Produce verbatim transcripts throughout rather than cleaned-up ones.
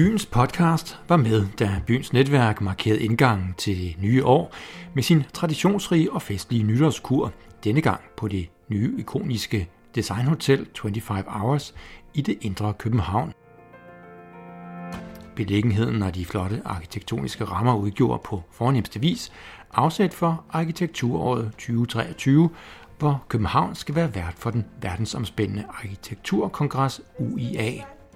Byens podcast var med, da Byens Netværk markerede indgangen til det nye år med sin traditionsrige og festlige nytårskur, denne gang på det nye ikoniske designhotel femogtyve Hours i det indre København. Beliggenheden og de flotte arkitektoniske rammer udgjorde på fornemste vis afsæt for arkitekturåret tyve treogtyve, hvor København skal være vært for den verdensomspændende arkitekturkongres U I A.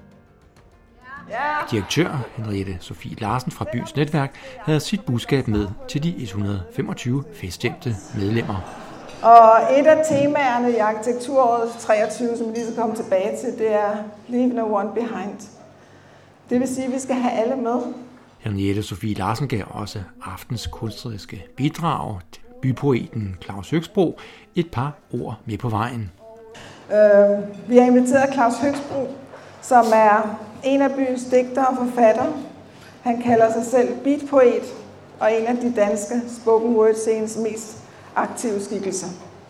Direktør Henriette Sofie Larsen fra Byens Netværk havde sit budskab med til de et hundrede femogtyve feststemte medlemmer. Og et af temaerne i arkitekturåret treogtyve, som vi lige skal komme tilbage til, det er Leave no one behind. Det vil sige, at vi skal have alle med. Henriette Sofie Larsen gav også aftens kunstneriske bidrag til bypoeten Claus Høgsbro et par ord med på vejen. Øh, vi har inviteret Claus Høgsbro, som er en af byens digtere og forfattere. Han kalder sig selv beatpoet og en af de danske spoken word scenes mest aktive skikkelser.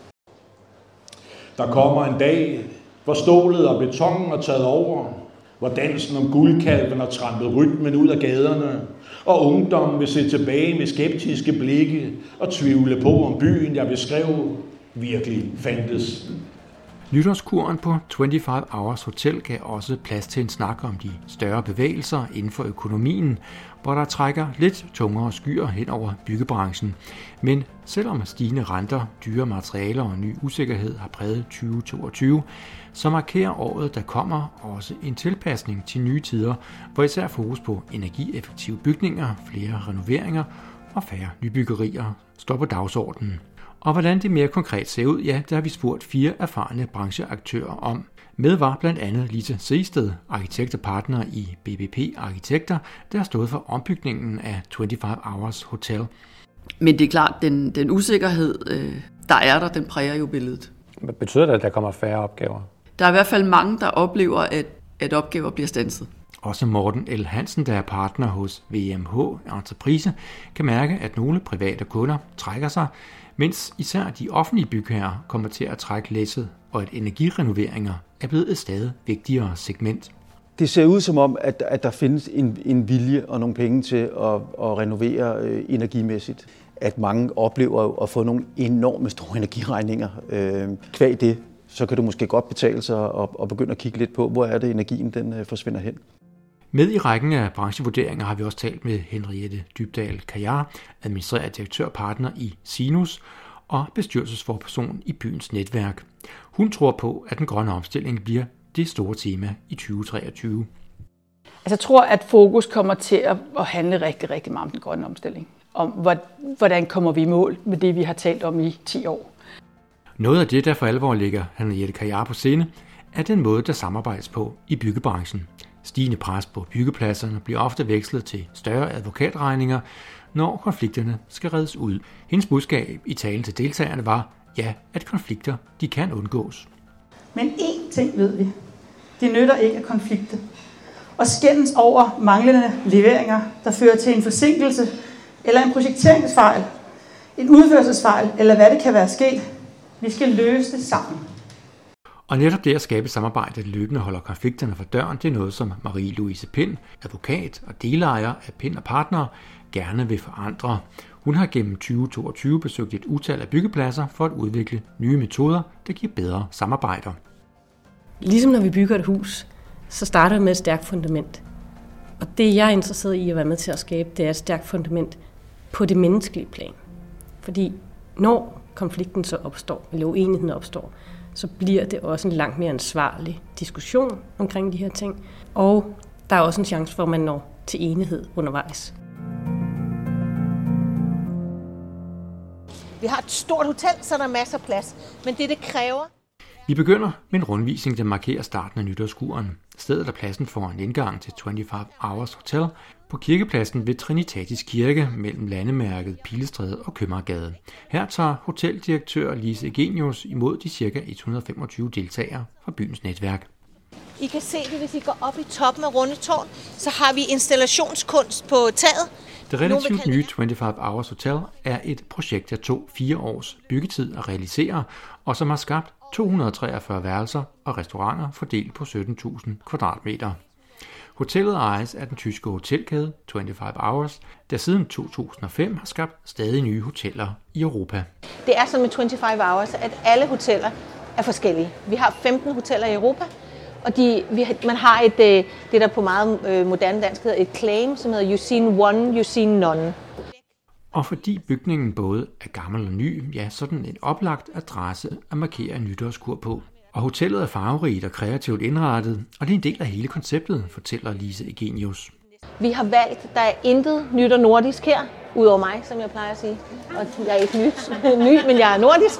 Der kommer en dag, hvor stålet og betongen er taget over, hvor dansen om guldkalven har trampet rytmen ud af gaderne, og ungdommen vil se tilbage med skeptiske blikke og tvivle på, om byen, jeg beskrev, virkelig fandtes. Nytårskuren på femogtyve Hours Hotel gav også plads til en snak om de større bevægelser inden for økonomien, hvor der trækker lidt tungere skyer hen over byggebranchen. Men selvom stigende renter, dyre materialer og ny usikkerhed har præget tyve toogtyve, så markerer året, der kommer, også en tilpasning til nye tider, hvor især fokus på energieffektive bygninger, flere renoveringer og færre nybyggerier står på dagsordenen. Og hvordan det mere konkret ser ud, ja, der har vi spurgt fire erfarne brancheaktører om. Med var blandt andet Lise Seested, arkitekt og partner i B B P Arkitekter, der har stået for ombygningen af femogtyve Hours Hotel. Men det er klart, den, den usikkerhed, der er der, den præger jo billedet. Hvad betyder det, at der kommer færre opgaver? Der er i hvert fald mange, der oplever, at, at opgaver bliver standset. Også Morten L. Hansen, der er partner hos V M H Entreprise, kan mærke, at nogle private kunder trækker sig, mens især de offentlige bygherrer kommer til at trække læsset, og at energirenoveringer er blevet et stadig vigtigere segment. Det ser ud som om, at, at der findes en, en vilje og nogle penge til at, at renovere øh, energimæssigt. At mange oplever at få nogle enorme store energiregninger. Øh, kvæg det, så kan du måske godt betale sig og, og begynde at kigge lidt på, hvor er det energien den øh, forsvinder hen. Med i rækken af branchevurderinger har vi også talt med Henriette Dybdahl Kajar, administrerende direktør partner i Sinus og bestyrelsesforperson i Byens Netværk. Hun tror på, at den grønne omstilling bliver det store tema i tyve treogtyve. Altså, jeg tror, at fokus kommer til at handle rigtig, rigtig meget om den grønne omstilling. Om hvordan kommer vi i mål med det, vi har talt om i ti år. Noget af det, der for alvor ligger Henriette Kajar på scene, er den måde, der samarbejdes på i byggebranchen. Stigende pres på byggepladserne bliver ofte vekslet til større advokatregninger, når konflikterne skal redes ud. Hendes budskab i talen til deltagerne var, ja, at konflikter de kan undgås. Men én ting ved vi. Det nytter ikke at konflikte. Og skændes over manglende leveringer, der fører til en forsinkelse, eller en projekteringsfejl, en udførelsesfejl, eller hvad det kan være sket. Vi skal løse det sammen. Og netop det at skabe samarbejde, der løbende holder konflikterne for døren, det er noget, som Marie-Louise Pind, advokat og delejer af Pind og Partnere, gerne vil forandre. Hun har gennem tyve toogtyve besøgt et utal af byggepladser for at udvikle nye metoder, der giver bedre samarbejder. Ligesom når vi bygger et hus, så starter vi med et stærkt fundament. Og det jeg er interesseret i at være med til at skabe, det er et stærkt fundament på det menneskelige plan. Fordi når konflikten så opstår, eller uenigheden opstår, så bliver det også en langt mere ansvarlig diskussion omkring de her ting. Og der er også en chance for, at man når til enighed undervejs. Vi har et stort hotel, så der er masser af plads, men det, det kræver... Vi begynder med en rundvisning, der markerer starten af nytårskuren. Stedet er pladsen for en indgang til femogtyve Hours Hotel på kirkepladsen ved Trinitatis Kirke mellem landemærket Pilestræde og Købmagergade. Her tager hoteldirektør Lise Egenius imod de ca. et hundrede femogtyve deltagere fra Byens Netværk. I kan se det, hvis I går op i toppen af Rundetårn, så har vi installationskunst på taget. Det relativt nye femogtyve Hours Hotel er et projekt, der tog fire års byggetid at realisere, og som har skabt to hundrede treogfyrre værelser og restauranter fordelt på sytten tusind kvadratmeter. Hotellet ejes af den tyske hotelkæde femogtyve Hours, der siden to tusind og fem har skabt stadig nye hoteller i Europa. Det er sådan med femogtyve Hours, at alle hoteller er forskellige. Vi har femten hoteller i Europa, og de, vi, man har et, det, der på meget moderne dansk hedder et claim, som hedder You've seen one, you've seen none. Og fordi bygningen både er gammel og ny, ja, sådan en oplagt adresse at markere en nytårskur på. Og hotellet er farverigt og kreativt indrettet, og det er en del af hele konceptet, fortæller Lise Egenius. Vi har valgt, der er intet nyt og nordisk her, udover mig, som jeg plejer at sige. Og jeg er ikke nyt, ny, men jeg er nordisk.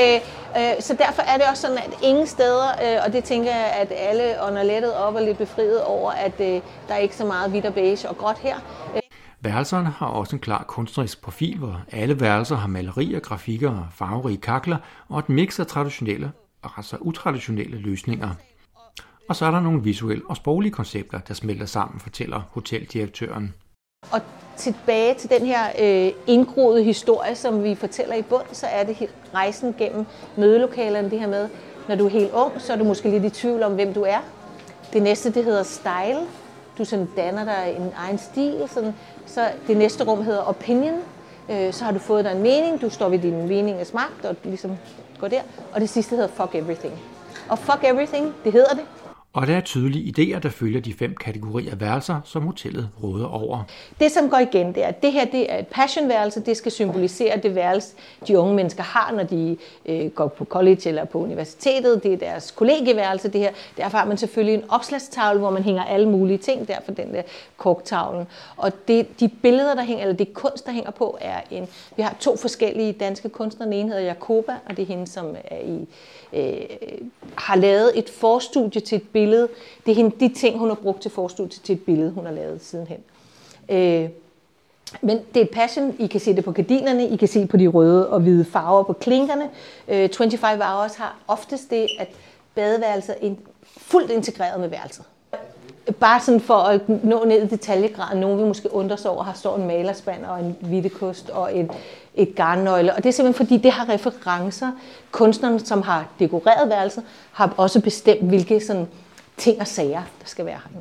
Så derfor er det også sådan, at ingen steder, og det tænker jeg, at alle ånder lettet op og lidt befriet over, at der er ikke så meget hvidt og beige og gråt her. Værelserne har også en klar kunstnerisk profil, hvor alle værelser har malerier, grafikker og farverige kakler, og et mix af traditionelle og altså utraditionelle løsninger. Og så er der nogle visuelle og sproglige koncepter, der smelter sammen, fortæller hoteldirektøren. Og tilbage til den her øh, indgroede historie, som vi fortæller i bund, så er det rejsen gennem mødelokalerne, det her med, når du er helt ung, så er du måske lidt i tvivl om, hvem du er. Det næste, det hedder style. Du sådan danner dig en egen stil. Sådan. Så det næste rum hedder opinion. Øh, så har du fået dig en mening, du står ved din meningens magt, og ligesom går der. Og det sidste hedder fuck everything. Og fuck everything, det hedder det. Og der er tydelige idéer, der følger de fem kategorier værelser, som hotellet råder over. Det, som går igen, det er, at det her det er et passionværelse. Det skal symbolisere det værelse, de unge mennesker har, når de øh, går på college eller på universitetet. Det er deres kollegieværelse, det her. Derfor har man selvfølgelig en opslagstavle, hvor man hænger alle mulige ting. Derfor den der korktavlen. Og det, de billeder, der hænger, eller det kunst, der hænger på, er en... Vi har to forskellige danske kunstnere. Den ene hedder Jacoba, og det er hende, som er i, øh, har lavet et forstudie til et billede. Det er hende, de ting, hun har brugt til forstudie til et billede, hun har lavet sidenhen. Øh, men det er et passion. I kan se det på gardinerne, I kan se på de røde og hvide farver på klinkerne. Øh, femogtyve Hours har oftest det, at badeværelset er fuldt integreret med værelset. Bare sådan for at nå ned i detaljegraden. Nogen vil måske undre sig over, at her står en malerspand og en hvidtekost og en, et garnnøgle. Og det er simpelthen fordi, det har referencer. Kunstnerne, som har dekoreret værelset, har også bestemt, hvilke sådan, ting og sager, der skal være her.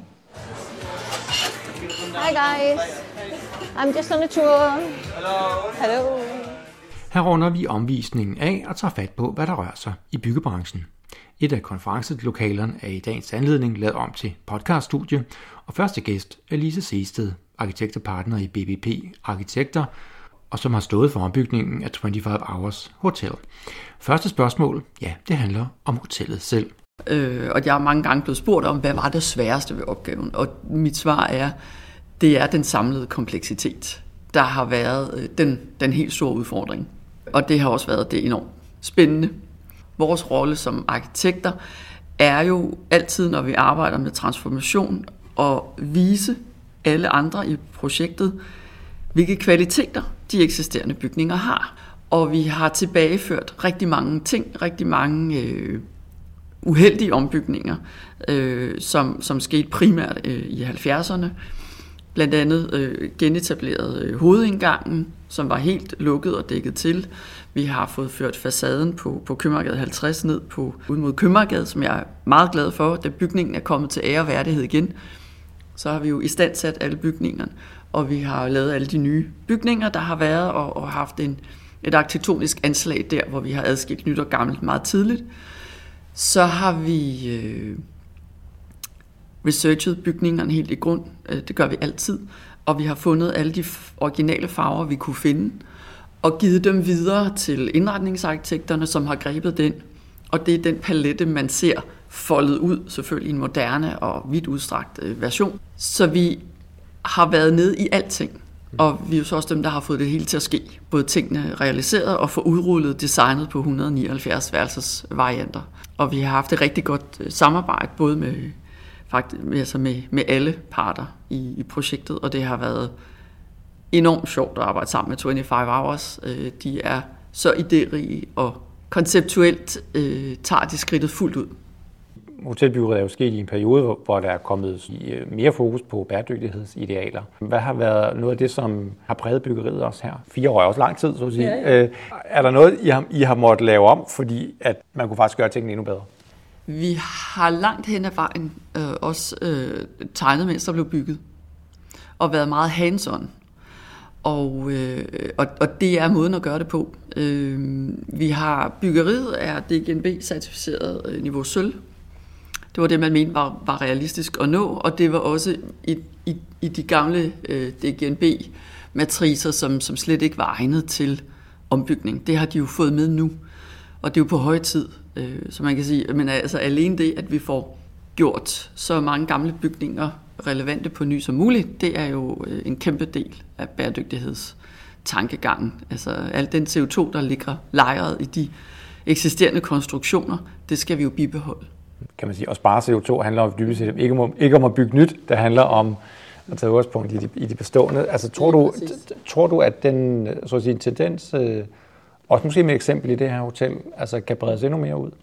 Hi guys. I'm just on a tour. Hello. Hello. Her runder vi omvisningen af og tager fat på, hvad der rører sig i byggebranchen. Et af konferencelokalerne er i dagens anledning lavet om til podcaststudie, og første gæst er Lise Seested, arkitekt og partner i B B P Arkitekter, og som har stået for ombygningen af femogtyve Hours Hotel. Første spørgsmål, ja, det handler om hotellet selv. Øh, og jeg har mange gange blevet spurgt om, hvad var det sværeste ved opgaven? Og mit svar er, det er den samlede kompleksitet, der har været den, den helt store udfordring. Og det har også været det enormt spændende. Vores rolle som arkitekter er jo altid, når vi arbejder med transformation, at vise alle andre i projektet, hvilke kvaliteter de eksisterende bygninger har. Og vi har tilbageført rigtig mange ting, rigtig mange øh, uheldige ombygninger, øh, som, som skete primært øh, i halvfjerdserne. Blandt andet øh, genetableret øh, hovedindgangen, som var helt lukket og dækket til. Vi har fået ført facaden på, på Købmagergade halvtreds ned på, ud mod Købmagergade, som jeg er meget glad for, da bygningen er kommet til ære og værdighed igen. Så har vi jo istandsat alle bygningerne, og vi har lavet alle de nye bygninger, der har været, og, og haft en, et arkitektonisk anslag der, hvor vi har adskilt nyt og gammelt meget tidligt. Så har vi øh, researchet bygningerne helt i grund. Det gør vi altid. Og vi har fundet alle de originale farver, vi kunne finde, og givet dem videre til indretningsarkitekterne, som har grebet den. Og det er den palette, man ser foldet ud, selvfølgelig i en moderne og vidt udstrakt version. Så vi har været nede i alting. Og vi er jo så også dem, der har fået det hele til at ske. Både tingene realiseret og få udrullet designet på et hundrede og nioghalvfjerds værelses varianter. Og vi har haft et rigtig godt samarbejde, både med, faktisk, altså med, med alle parter i, i projektet. Og det har været enormt sjovt at arbejde sammen med femogtyve Hours. De er så idérige og konceptuelt øh, tager de skridtet fuldt ud. Hotelbyggeriet er jo sket i en periode, hvor der er kommet mere fokus på bæredygtighedsidealer. Hvad har været noget af det, som har præget byggeriet også her? Fire år er også lang tid, så at sige. Ja, ja. Øh, er der noget, I har, I har måttet lave om, fordi at man kunne faktisk gøre tingene endnu bedre? Vi har langt hen ad vejen øh, også øh, tegnet, mens der blev bygget, og været meget hands-on. Og, øh, og, og det er måden at gøre det på. Øh, vi har byggeriet er D G N B-certificeret øh, niveau sølv. Det var det, man mente var, var realistisk at nå, og det var også i, i, i de gamle øh, D G N B-matricer, som, som slet ikke var egnet til ombygning. Det har de jo fået med nu, og det er jo på høje tid. Øh, så man kan sige, men altså alene det, at vi får gjort så mange gamle bygninger relevante på ny som muligt, det er jo en kæmpe del af bæredygtighedstankegangen. Altså al den C O to, der ligger lejret i de eksisterende konstruktioner, det skal vi jo bibeholde. Kan man sige, at spare C O to handler om dybest set ikke om, ikke om at bygge nyt, det handler om at tage udgangspunkt i de, i de bestående. Altså tror du, tror du, at den så at sige, tendens, øh, også måske med et eksempel i det her hotel, altså kan bredes endnu mere ud?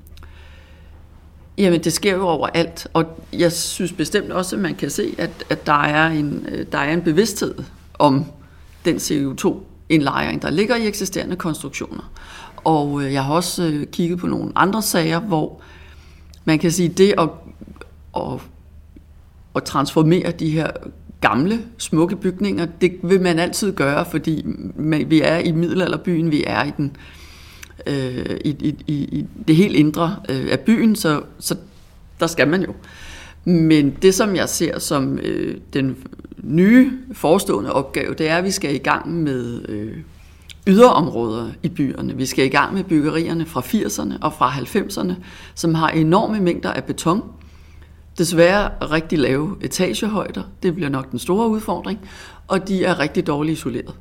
Jamen, det sker jo overalt, og jeg synes bestemt også, at man kan se, at, at der, er en, der er en bevidsthed om den C O to-indlejring, der ligger i eksisterende konstruktioner. Og jeg har også kigget på nogle andre sager, hvor man kan sige, det at, at, at transformere de her gamle, smukke bygninger, det vil man altid gøre, fordi vi er i middelalderbyen, vi er i den øh, i, i, i det helt indre øh, af byen, så, så der skal man jo. Men det, som jeg ser som øh, den nye forestående opgave, det er, at vi skal i gang med øh, yderområder i byerne. Vi skal i gang med byggerierne fra firserne og fra halvfemserne, som har enorme mængder af beton. Desværre rigtig lave etagehøjder, det bliver nok den store udfordring, og de er rigtig dårligt isoleret.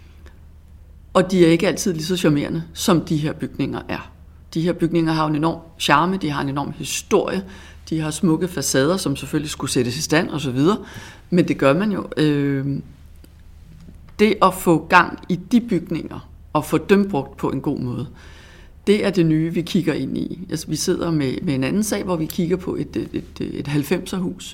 Og de er ikke altid lige så charmerende, som de her bygninger er. De her bygninger har en enorm charme, de har en enorm historie, de har smukke facader, som selvfølgelig skulle sættes i stand osv., men det gør man jo. Det at få gang i de bygninger og få dem brugt på en god måde, det er det nye, vi kigger ind i. Altså, vi sidder med, med en anden sag, hvor vi kigger på et, et, et, et halvfemserhus,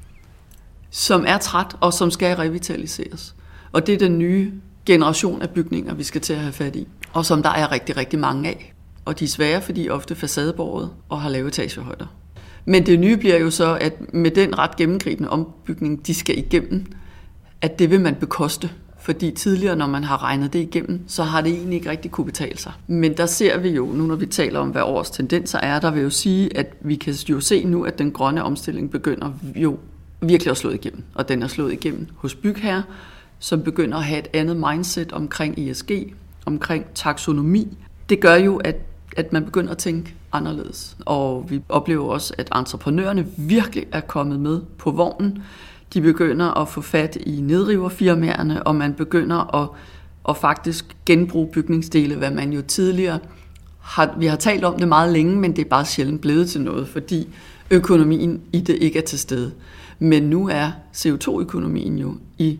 som er træt og som skal revitaliseres. Og det er den nye generation af bygninger, vi skal til at have fat i, og som der er rigtig, rigtig mange af. Og de er svære, fordi ofte facadebåret og har lave etagehøjder. Men det nye bliver jo så, at med den ret gennemgribende ombygning, de skal igennem, at det vil man bekoste. Fordi tidligere, når man har regnet det igennem, så har det egentlig ikke rigtig kunne betale sig. Men der ser vi jo, nu når vi taler om, hvad årets tendenser er, der vil jo sige, at vi kan jo se nu, at den grønne omstilling begynder jo virkelig at slå igennem. Og den er slået igennem hos bygherrer, som begynder at have et andet mindset omkring E S G, omkring taksonomi. Det gør jo, at, at man begynder at tænke anderledes. Og vi oplever også, at entreprenørerne virkelig er kommet med på vognen. De begynder at få fat i nedriverfirmaerne, og man begynder at, at faktisk genbruge bygningsdele, hvad man jo tidligere har, vi har talt om det meget længe, men det er bare sjældent blevet til noget, fordi økonomien i det ikke er til stede. Men nu er C O to-økonomien jo i,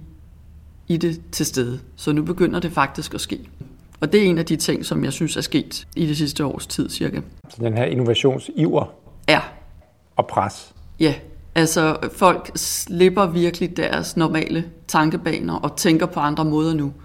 i det til stede, så nu begynder det faktisk at ske. Og det er en af de ting, som jeg synes er sket i det sidste års tid cirka. Så den her innovationsiver ja. og pres. Ja, altså folk slipper virkelig deres normale tankebaner og tænker på andre måder nu.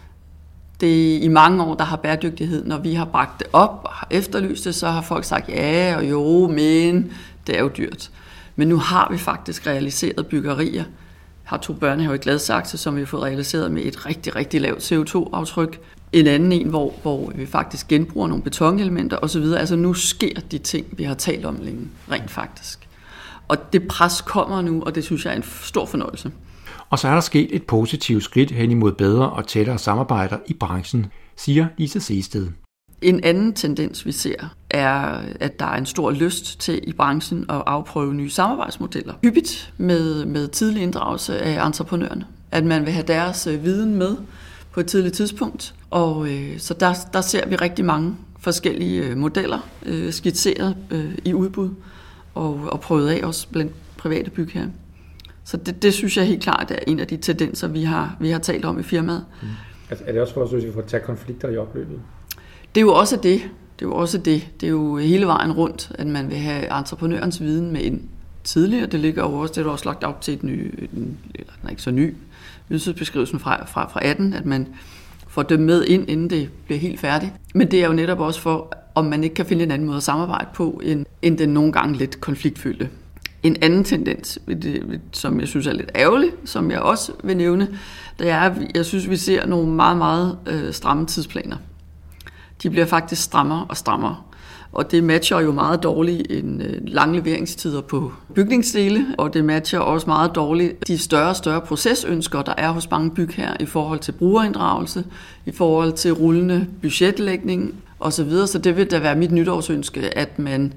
Det er i mange år, der har bæredygtighed, når vi har bragt det op og har efterlyst det, så har folk sagt ja og jo, men det er jo dyrt. Men nu har vi faktisk realiseret byggerier. Jeg har to børnehaver i Gladsaxe, som vi har fået realiseret med et rigtig, rigtig lavt C O to-aftryk. En anden en, hvor, hvor vi faktisk genbruger nogle betonelementer osv. Altså nu sker de ting, vi har talt om længe, rent faktisk. Og det pres kommer nu, og det synes jeg er en stor fornøjelse. Og så er der sket et positivt skridt hen imod bedre og tættere samarbejder i branchen, siger Lise Sehested. En anden tendens, vi ser, er, at der er en stor lyst til i branchen at afprøve nye samarbejdsmodeller. Hyppigt med, med tidlig inddragelse af entreprenørerne. At man vil have deres viden med på et tidligt tidspunkt. Og øh, så der, der ser vi rigtig mange forskellige modeller øh, skitseret øh, i udbud og, og prøvet af også blandt private bygherrer. Så det, det synes jeg helt klart er en af de tendenser, vi har, vi har talt om i firmaet. Mm. Altså, er det også for, at vi får tage konflikter i opløbet? Det er jo også det. Det er jo også det. Det er jo hele vejen rundt, at man vil have entreprenørens viden med ind tidligere. Det ligger jo også, det er også lagt op til et ny, en, eller den er ikke så ny, ydelsesbeskrivelsen fra, fra, fra atten, at man får dem med ind, inden det bliver helt færdigt. Men det er jo netop også for om man ikke kan finde en anden måde at samarbejde på, end, end den nogle gange lidt konfliktfyldte. En anden tendens, som jeg synes er lidt ærgerlig, som jeg også vil nævne, det er, at jeg synes, vi ser nogle meget, meget øh, stramme tidsplaner. De bliver faktisk strammere og strammere. Og det matcher jo meget dårligt en øh, lange leveringstider på bygningsdele, og det matcher også meget dårligt de større og større procesønsker, der er hos mange bygherrer i forhold til brugerinddragelse, i forhold til rullende budgetlægning osv. Så det vil da være mit nytårsønske, at man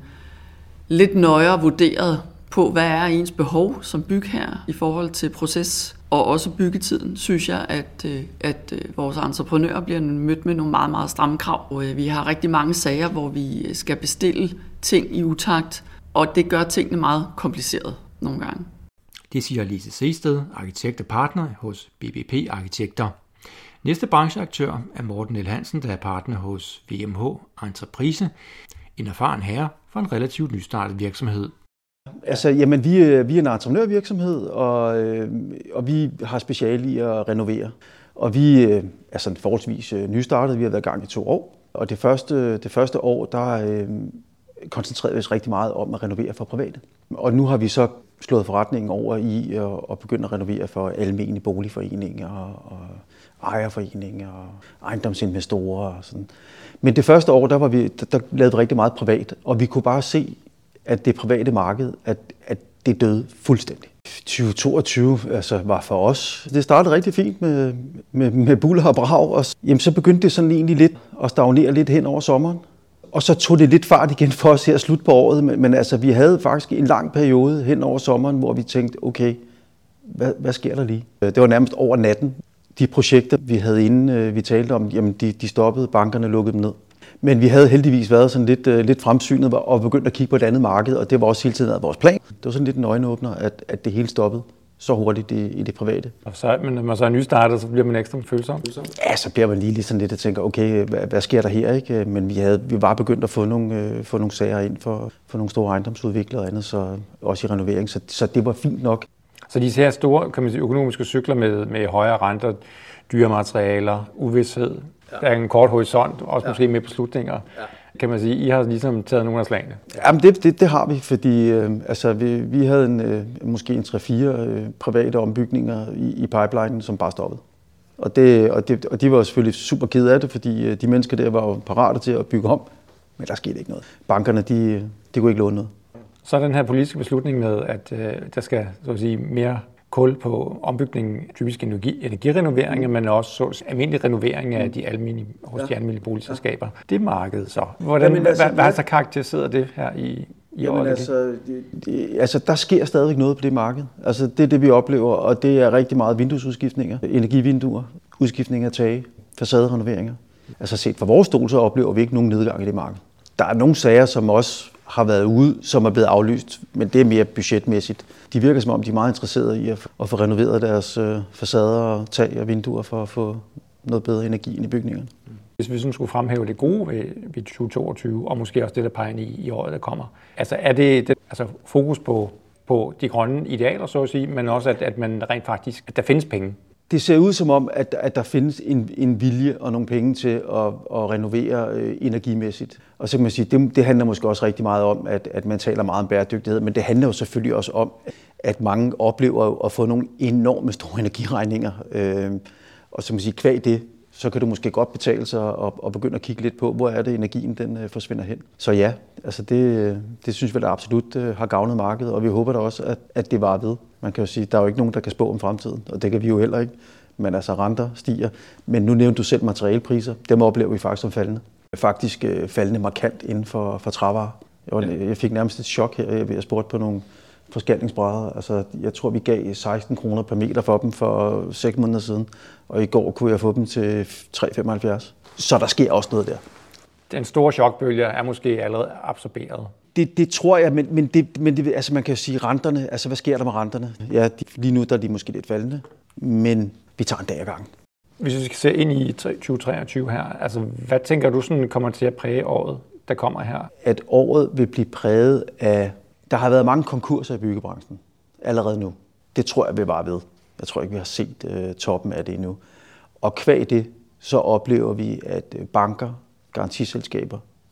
lidt nøjere vurderet på, hvad er ens behov som bygherre i forhold til proces og også byggetiden, synes jeg, at, at vores entreprenører bliver mødt med nogle meget, meget stramme krav. Og vi har rigtig mange sager, hvor vi skal bestille ting i utakt, og det gør tingene meget kompliceret nogle gange. Det siger Lise Sehsted, arkitekt og partner hos B B P Arkitekter. Næste brancheaktør er Morten L. Hansen, der er partner hos V M H Entreprise, en erfaren herre for en relativt nystartet virksomhed. Altså, jamen, vi er, vi er en entreprenørvirksomhed, og, øh, og vi har speciale i at renovere. Og vi øh, er sådan forholdsvis øh, nystartet. Vi har været i gang i to år. Og det første, det første år, der øh, koncentrerede vi os rigtig meget om at renovere for private. Og nu har vi så slået forretningen over i at, at begynde at renovere for almene boligforeninger og, og ejerforeninger og ejendomsinvestorer og sådan. Men det første år, der, var vi, der, der lavede vi rigtig meget privat, og vi kunne bare se, at det private marked, at, at det døde fuldstændig. tyve toogtyve altså, var for os. Det startede rigtig fint med, med, med buller og brag, og jamen, så begyndte det sådan egentlig lidt at stagnere lidt hen over sommeren. Og så tog det lidt fart igen for os her slut på året, men, men altså, vi havde faktisk en lang periode hen over sommeren, hvor vi tænkte, okay, hvad, hvad sker der lige? Det var nærmest over natten. De projekter, vi havde inde, vi talte om, jamen, de, de stoppede, bankerne lukkede dem ned. Men vi havde heldigvis været sådan lidt, uh, lidt fremsynet og begyndt at kigge på et andet marked, og det var også hele tiden vores plan. Det var sådan lidt en øjenåbner, at, at det hele stoppede så hurtigt i, i det private. Og så, men når man så er nystartet, så bliver man ekstra følsom? Ja, så bliver man lige lidt sådan lidt og tænker, okay, hvad, hvad sker der her? Ikke? Men vi, havde, vi var begyndt at få nogle, uh, få nogle sager ind for, for nogle store ejendomsudviklere og andet, så, også i renovering, så, så det var fint nok. Så de her store, kan man sige, økonomiske cykler med, med højere renter, dyre materialer, uvished, ja. Der er en kort horisont, også ja. Måske med beslutninger. Ja. Kan man sige, I har ligesom taget nogle af slagene? Jamen det, det, det har vi, fordi øh, altså, vi, vi havde en, øh, måske en tre fire øh, private ombygninger i, i pipelinen, som bare stoppede. Og, det, og, det, og de var selvfølgelig super kede af det, fordi øh, de mennesker der var jo parate til at bygge om, men der skete ikke noget. Bankerne, de, de kunne ikke låne noget. Så er den her politiske beslutning med, at øh, der skal så at sige, mere kul på ombygningen, typisk energi, energirenoveringer, men også så almindelig renovering af de almindelige, hos ja. de almindelige boligselskaber. Det er markedet så. Hvordan, Jamen, altså, hvad, hvad er så karakteriseret det her i, i Jamen, året? Altså, det, det, altså, der sker stadigvæk noget på det marked. Altså, det er det, vi oplever, og det er rigtig meget vinduesudskiftninger, energivinduer, udskiftning af tage, facaderenoveringer. Altså set fra vores stol, så oplever vi ikke nogen nedgang i det marked. Der er nogle sager, som også har været ude, som er blevet aflyst, men det er mere budgetmæssigt. De virker som om, de er meget interesserede i at, at få renoveret deres øh, facader, tag og vinduer for at få noget bedre energi ind i bygningerne. Hvis vi sådan skulle fremhæve det gode ved, ved tyve toogtyve, og måske også det, der peger ind i, i året, der kommer, altså er det, det altså fokus på, på de grønne idealer, så at sige, men også, at, at man rent faktisk, at der findes penge? Det ser ud som om, at, at der findes en, en vilje og nogle penge til at, at renovere øh, energimæssigt. Og så kan man sige, det, det handler måske også rigtig meget om, at, at man taler meget om bæredygtighed, men det handler jo selvfølgelig også om, at mange oplever at få nogle enorme store energiregninger. Øh, og så kan man sige, kvæg det, så kan det måske godt betale sig at, at begynde at kigge lidt på, hvor er det energien den øh, forsvinder hen. Så ja, altså det, det synes vi da absolut øh, har gavnet markedet, og vi håber da også, at, at det varer ved. Man kan jo sige, at der er jo ikke nogen, der kan spå om fremtiden, og det kan vi jo heller ikke. Men altså renter stiger. Men nu nævnte du selv materialepriser. Dem oplever vi faktisk som faldende. Faktisk øh, faldende markant inden for, for trævarer. Jeg, var, jeg fik nærmest et chok her, ved at spurgte på nogle forskalningsbrædder. Altså, jeg tror, vi gav seksten kroner per meter for dem for seks måneder siden. Og i går kunne jeg få dem til tre komma femoghalvfjerds. Så der sker også noget der. Den store chokbølge er måske allerede absorberet. Det, det tror jeg, men, men, det, men det, altså man kan jo sige renterne. Altså, hvad sker der med renterne? Ja, de, lige nu der er de måske lidt faldende, men vi tager en dag ad gangen. Hvis vi skal se ind i tyve treogtyve her, altså hvad tænker du sådan kommer til at præge året, der kommer her? At året vil blive præget af, der har været mange konkurser i byggebranchen allerede nu. Det tror jeg vil bare ved. Jeg tror ikke, vi har set uh, toppen af det endnu. Og kvæg det, så oplever vi, at banker, garantiselskaber,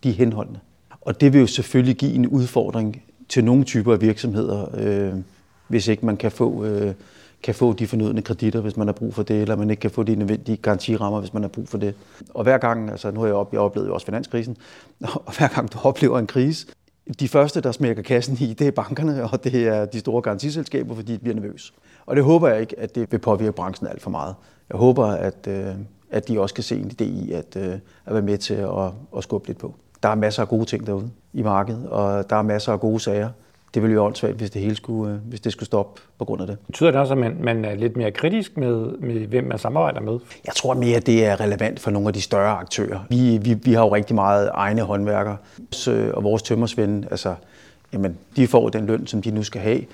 de er henholdende. Og det vil jo selvfølgelig give en udfordring til nogle typer af virksomheder, øh, hvis ikke man kan få, øh, kan få de fornødne kreditter, hvis man har brug for det, eller man ikke kan få de nødvendige garantirammer, hvis man har brug for det. Og hver gang, altså nu har jeg, op, jeg oplevet jo også finanskrisen, og hver gang du oplever en krise, de første, der smækker kassen i, det er bankerne, og det er de store garantiselskaber, fordi de bliver nervøse. Og det håber jeg ikke, at det vil påvirke branchen alt for meget. Jeg håber, at, øh, at de også kan se en idé i at, øh, at være med til at, at skubbe lidt på. Der er masser af gode ting derude i markedet, og der er masser af gode sager. Det ville jo åndssvagt, hvis det hele skulle, hvis det skulle stoppe på grund af det. Betyder det også, at man, man er lidt mere kritisk med, med, hvem man samarbejder med? Jeg tror mere, at det er relevant for nogle af de større aktører. Vi, vi, vi har jo rigtig meget egne håndværkere, og vores tømmersvende, altså, jamen, de får den løn, som de nu skal have.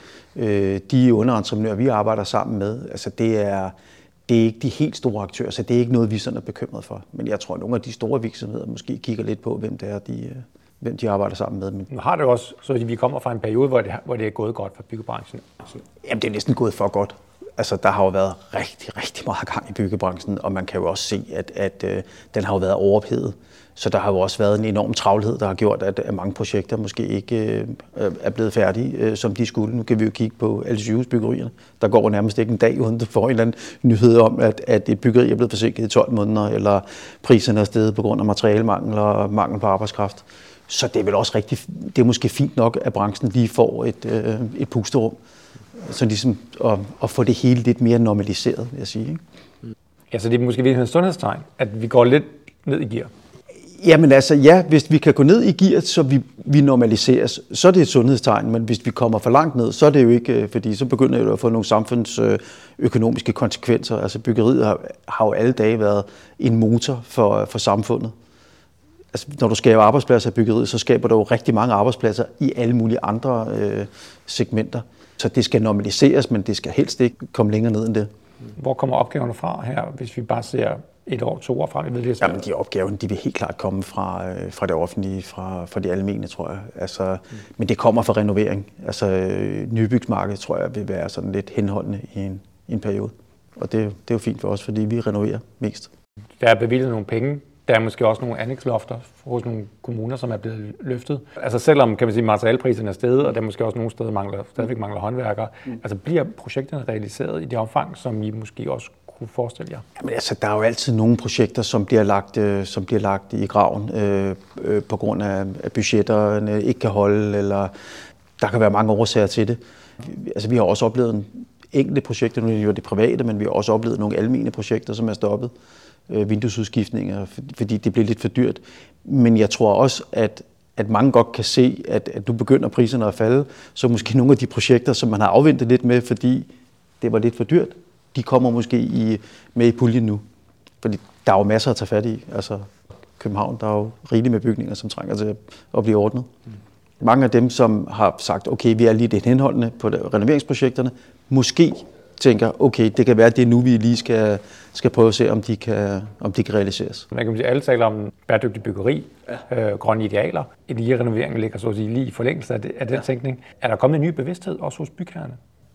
De underentreprenører, vi arbejder sammen med, altså, det er, det er ikke de helt store aktører, så det er ikke noget, vi sådan er bekymret for. Men jeg tror, at nogle af de store virksomheder måske kigger lidt på, hvem det er, de... hvem de arbejder sammen med. Nu har det også, så vi kommer fra en periode, hvor det, hvor det er gået godt for byggebranchen. Jamen, det er næsten gået for godt. Altså, der har jo været rigtig, rigtig meget gang i byggebranchen, og man kan jo også se, at, at øh, den har jo været overophedet. Så der har jo også været en enorm travlhed, der har gjort, at, at mange projekter måske ikke øh, er blevet færdige, øh, som de skulle. Nu kan vi jo kigge på alle sygehusbyggerierne. Der går nærmest ikke en dag, uden du får en eller anden nyhed om, at, at et byggeri er blevet forsinket i tolv måneder, eller priserne er steget på grund af materialemangel og mangel på arbejdskraft. Så det er vel også rigtig, det er måske fint nok, at branchen lige får et, øh, et pusterum, så ligesom at, at få det hele lidt mere normaliseret, vil jeg sige. Ikke? Ja, så det er måske virkelig et sundhedstegn, at vi går lidt ned i gear. Jamen altså, ja, hvis vi kan gå ned i gear, så vi, vi normaliseres, så er det et sundhedstegn, men hvis vi kommer for langt ned, så er det jo ikke, fordi så begynder det at få nogle samfundsøkonomiske konsekvenser. Altså byggeriet har, har jo alle dage været en motor for, for samfundet. Altså, når du skaber arbejdspladser i byggeriet, så skaber du jo rigtig mange arbejdspladser i alle mulige andre øh, segmenter. Så det skal normaliseres, men det skal helst ikke komme længere ned end det. Hvor kommer opgaverne fra her, hvis vi bare ser et år, to år frem? Jeg ved, det Jamen, de opgaver, de vil helt klart komme fra, øh, fra det offentlige, fra, fra de almene, tror jeg. Altså, mm. Men det kommer fra renovering. Altså, øh, nybyggsmarkedet, tror jeg, vil være sådan lidt henholdende i en, i en periode. Og det, det er jo fint for os, fordi vi renoverer mest. Der er bevilget nogle penge. Der er måske også nogle anlægslofter hos nogle kommuner, som er blevet løftet. Altså selvom, kan man sige, materialpriserne er steget, og der måske også nogle steder mangler, stadigvæk mangler håndværkere, mm. altså bliver projekterne realiseret i det omfang, som I måske også kunne forestille jer? Jamen altså, der er jo altid nogle projekter, som bliver lagt, øh, som bliver lagt i graven øh, øh, på grund af, at budgetterne ikke kan holde, eller der kan være mange årsager til det. Altså vi har også oplevet en enkelte projekter, nu er det jo det private, men vi har også oplevet nogle almene projekter, som er stoppet. Vinduesudskiftninger, fordi det bliver lidt for dyrt. Men jeg tror også, at, at mange godt kan se, at, at nu begynder priserne at falde, så måske nogle af de projekter, som man har afventet lidt med, fordi det var lidt for dyrt, de kommer måske i, med i puljen nu. Fordi der er jo masser at tage fat i. Altså København, der er jo rigeligt med bygninger, som trænger til at blive ordnet. Mm. Mange af dem, som har sagt, okay, vi er lige lidt henholdende på renoveringsprojekterne, måske tænker, okay, det kan være, at det er nu, vi lige skal, skal prøve at se, om de kan, om de kan realiseres. Man kan sige, alle taler om bæredygtig byggeri, ja. øh, grønne idealer. Energirenovering ligger så at sige lige i forlængelse af, det, af den ja. tænkning. Er der kommet en ny bevidsthed også hos bygherrerne?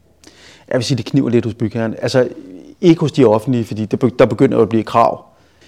Jeg vil sige, det kniver lidt hos bygherrerne. Altså ikke hos de offentlige, fordi der begynder at blive krav.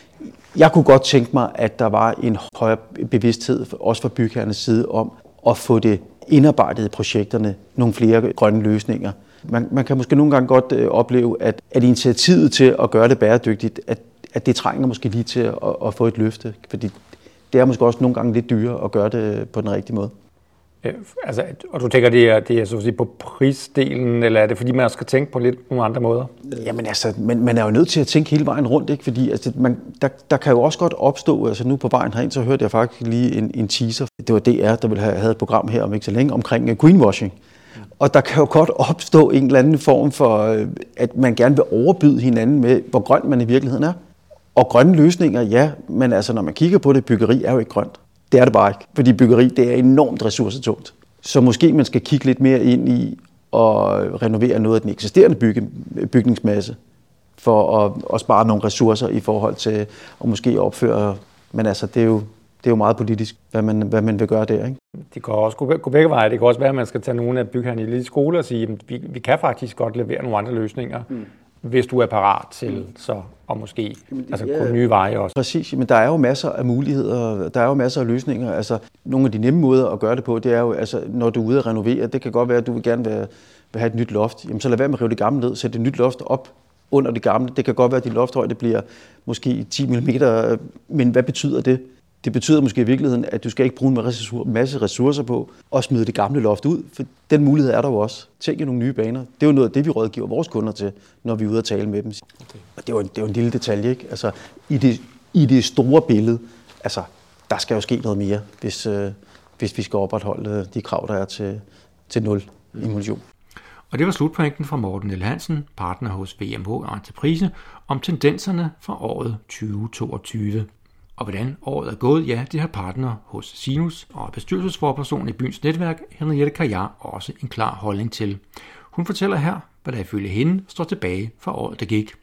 Jeg kunne godt tænke mig, at der var en højere bevidsthed, også fra bygherrenes side, om at få det indarbejdet i projekterne, nogle flere grønne løsninger. Man, man kan måske nogle gange godt øh, opleve, at, at initiativet til at gøre det bæredygtigt, at, at det trænger måske lige til at, at få et løfte. Fordi det er måske også nogle gange lidt dyrere at gøre det på den rigtige måde. Ja, altså, og du tænker, det er, det er så at sige, på prisdelen, eller er det fordi, man også skal tænke på lidt nogle andre måder? Jamen altså, man, man er jo nødt til at tænke hele vejen rundt, ikke? Fordi altså, man, der, der kan jo også godt opstå, altså nu på vejen herind, så hørte jeg faktisk lige en, en teaser. Det var D R, der ville have, havde et program her om ikke så længe omkring greenwashing. Og der kan jo godt opstå en eller anden form for, at man gerne vil overbyde hinanden med, hvor grøn man i virkeligheden er. Og grønne løsninger, ja, men altså når man kigger på det, byggeri er jo ikke grønt. Det er det bare ikke, fordi byggeri det er enormt ressourcetungt. Så måske man skal kigge lidt mere ind i at renovere noget af den eksisterende bygge, bygningsmasse, for at, at spare nogle ressourcer i forhold til at måske opføre. Men altså, det er jo, det er jo meget politisk, hvad man, hvad man vil gøre der, ikke? Det kan også gå begge veje. Det kan også være, at man skal tage nogle af bygherrerne i lidt skole og sige, at vi, vi kan faktisk godt levere nogle andre løsninger. Mm. hvis du er parat til så og måske altså, ja, gå nye veje også. Præcis, men der er jo masser af muligheder, der er jo masser af løsninger. Altså, nogle af de nemme måder at gøre det på, det er jo, altså, når du er ude at renovere, det kan godt være, at du vil gerne vil, vil have et nyt loft. Jamen, så lad være med at rive det gamle ned, sæt et nyt loft op under det gamle. Det kan godt være, at din lofthøjde bliver måske ti millimeter, men hvad betyder det? Det betyder måske i virkeligheden, at du skal ikke bruge en masse ressourcer på at smide det gamle loft ud, for den mulighed er der jo også. Tænk i nogle nye baner. Det er jo noget af det, vi rådgiver vores kunder til, når vi er ude at tale med dem. Okay. Og det er jo en, det er jo en lille detalje, ikke? Altså, i det, i det store billede, altså, der skal jo ske noget mere, hvis, øh, hvis vi skal opretholde de krav, der er til, til nul emulsion. Og det var slutpointen fra Morten L. Hansen, partner hos V M H Entreprise, om tendenserne fra året tyve toogtyve. Og hvordan året er gået, ja, det har partner hos Sinus og bestyrelsesforperson i Byens Netværk, Henriette Kajar, også en klar holdning til. Hun fortæller her, hvad der ifølge hende står tilbage fra året, der gik.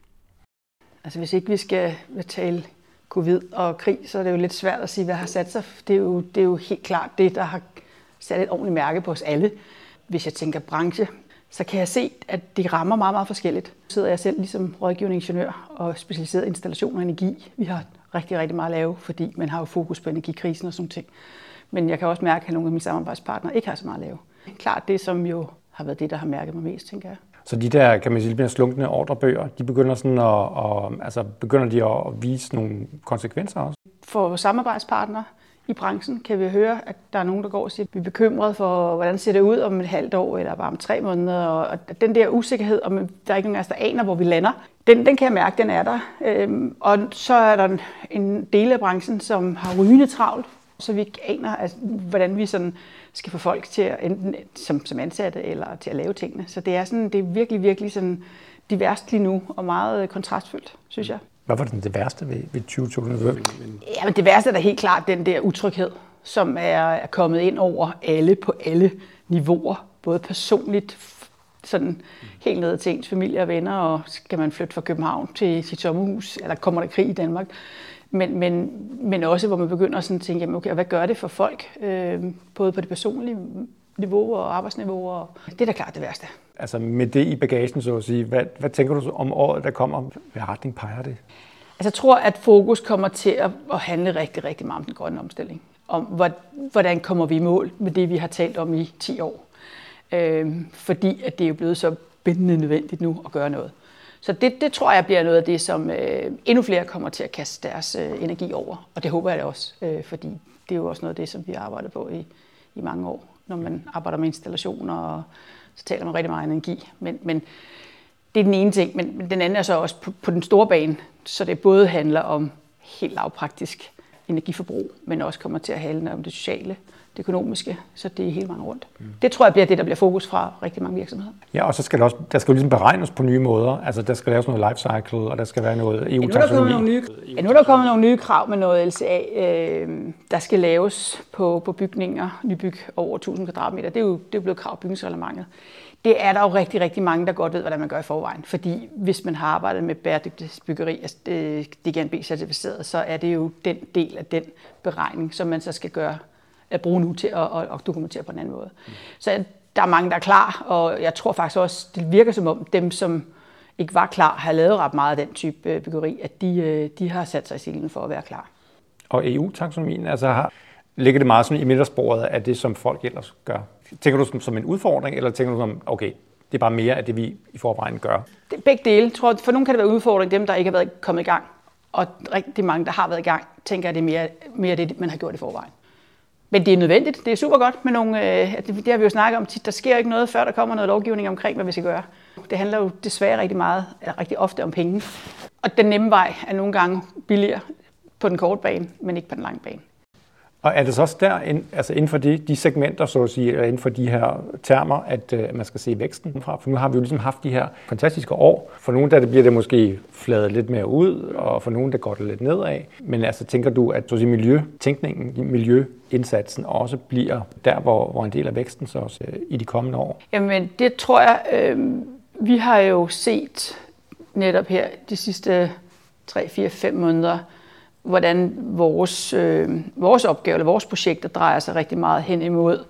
Altså hvis ikke vi skal tale covid og krig, så er det jo lidt svært at sige, hvad har sat sig. Det er jo, det er jo helt klart det, der har sat et ordentligt mærke på os alle. Hvis jeg tænker branche, så kan jeg se, at det rammer meget, meget forskelligt. Så sidder jeg selv ligesom rådgivende ingeniør og specialiseret installation og energi. Vi har rigtig, rigtig meget at lave, fordi man har jo fokus på energikrisen og sådan ting. Men jeg kan også mærke, at nogle af mine samarbejdspartnere ikke har så meget at lave. Klart det, som jo har været det, der har mærket mig mest, tænker jeg. Så de der, kan man sige, lidt mere slunkne ordrebøger, de begynder sådan at, at, altså begynder de at vise nogle konsekvenser også? For samarbejdspartnere i branchen kan vi høre, at der er nogen, der går og siger, at vi er bekymrede for, hvordan ser det ud om et halvt år eller bare om tre måneder. Og den der usikkerhed, om der er ikke nogen af os, der aner, hvor vi lander, den, den kan jeg mærke, den er der. Øhm, og så er der en del af branchen, som har rygende travlt, så vi ikke aner, altså, hvordan vi sådan skal få folk til at enten som, som ansatte eller til at lave tingene. Så det er, sådan, det er virkelig, virkelig sådan diverst lige nu og meget kontrastfyldt, synes jeg. Hvad var det værste ved, ved tyve toogtyve? Ja, men det værste er da helt klart den der utryghed, som er, er kommet ind over alle på alle niveauer. Både personligt, sådan helt ned til ens familie og venner, og skal man flytte fra København til sit sommerhus, eller kommer der krig i Danmark. Men, men, men også, hvor man begynder at sådan tænke, jamen okay, hvad gør det for folk? Øh, både på det personlige niveau og arbejdsniveau. Og det er da klart det værste. Altså med det i bagagen, så at sige, hvad, hvad tænker du om året, der kommer? Hvad retning peger det? Altså jeg tror, at fokus kommer til at, at handle rigtig, rigtig meget om den grønne omstilling. Om hvordan kommer vi i mål med det, vi har talt om i ti år. Øh, fordi at det er jo blevet så bindende nødvendigt nu at gøre noget. Så det, det tror jeg bliver noget af det, som øh, endnu flere kommer til at kaste deres øh, energi over. Og det håber jeg da også, øh, fordi det er jo også noget af det, som vi har arbejdet på i, i mange år, når man arbejder med installationer, og så taler man rigtig meget energi. Men, men det er den ene ting, men, men den anden er så også på, på den store bane, så det både handler om helt lavpraktisk energiforbrug, men også kommer til at handle om det sociale, det økonomiske, så det er hele vejen rundt. Mm. Det tror jeg bliver det, der bliver fokus fra rigtig mange virksomheder. Ja, og så skal der også, der skal jo ligesom beregnes på nye måder. Altså der skal laves noget life cycle, og der skal være noget E U-taksonomi. Ja, nu er der kommet nogle nye krav med noget L C A, øh, der skal laves på, på bygninger, nybyg over tusind kvadratmeter. Det er jo, det er blevet krav bygningsreglementet. Det er der jo rigtig, rigtig mange, der godt ved, hvordan man gør i forvejen. Fordi hvis man har arbejdet med bæredygtigt byggeri, altså D G N B-certificeret, så er det jo den del af den beregning, som man så skal gøre at bruge nu til at, at, at dokumentere på en anden måde. Mm. Så der er mange, der er klar, og jeg tror faktisk også, det virker som om dem, som ikke var klar, har lavet ret meget af den type byggeri, at de, de har sat sig i silen for at være klar. Og E U-taksonomien, altså har, ligger det meget sådan i midtersporet af det, som folk ellers gør? Tænker du som, som en udfordring, eller tænker du som, okay, det er bare mere af det, vi i forvejen gør? Det er begge dele. Jeg tror, for nogen kan det være udfordring, dem, der ikke har været kommet i gang. Og rigtig mange, der har været i gang, tænker, at det er mere, mere det, man har gjort i forvejen. Men det er nødvendigt. Det er super godt med nogle, øh, det, det har vi jo snakket om tit. Der sker ikke noget, før der kommer noget lovgivning omkring, hvad vi skal gøre. Det handler jo desværre rigtig meget, eller rigtig ofte om penge. Og den nemme vej er nogle gange billigere på den korte bane, men ikke på den lange bane. Og er det så også der, altså inden for de, de segmenter, så at sige, eller inden for de her termer, at uh, man skal se væksten fra? For nu har vi jo ligesom haft de her fantastiske år. For nogle der det bliver det måske fladet lidt mere ud, og for nogle der går det lidt nedad. Men altså tænker du, at så at sige, miljøtænkningen, miljøindsatsen også bliver der, hvor, hvor en del af væksten så også uh, i de kommende år? Jamen det tror jeg, øh, vi har jo set netop her de sidste tre, fire, fem måneder, hvordan vores, øh, vores opgave eller vores projekter drejer sig rigtig meget hen imod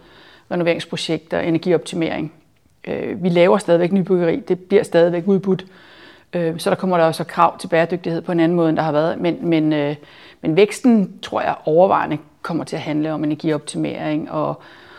renoveringsprojekter og energioptimering. Øh, vi laver stadigvæk nybyggeri, det bliver stadigvæk udbudt, Øh, så der kommer der også krav til bæredygtighed på en anden måde, end der har været. Men, men, øh, men væksten, tror jeg, overvejende kommer til at handle om energioptimering og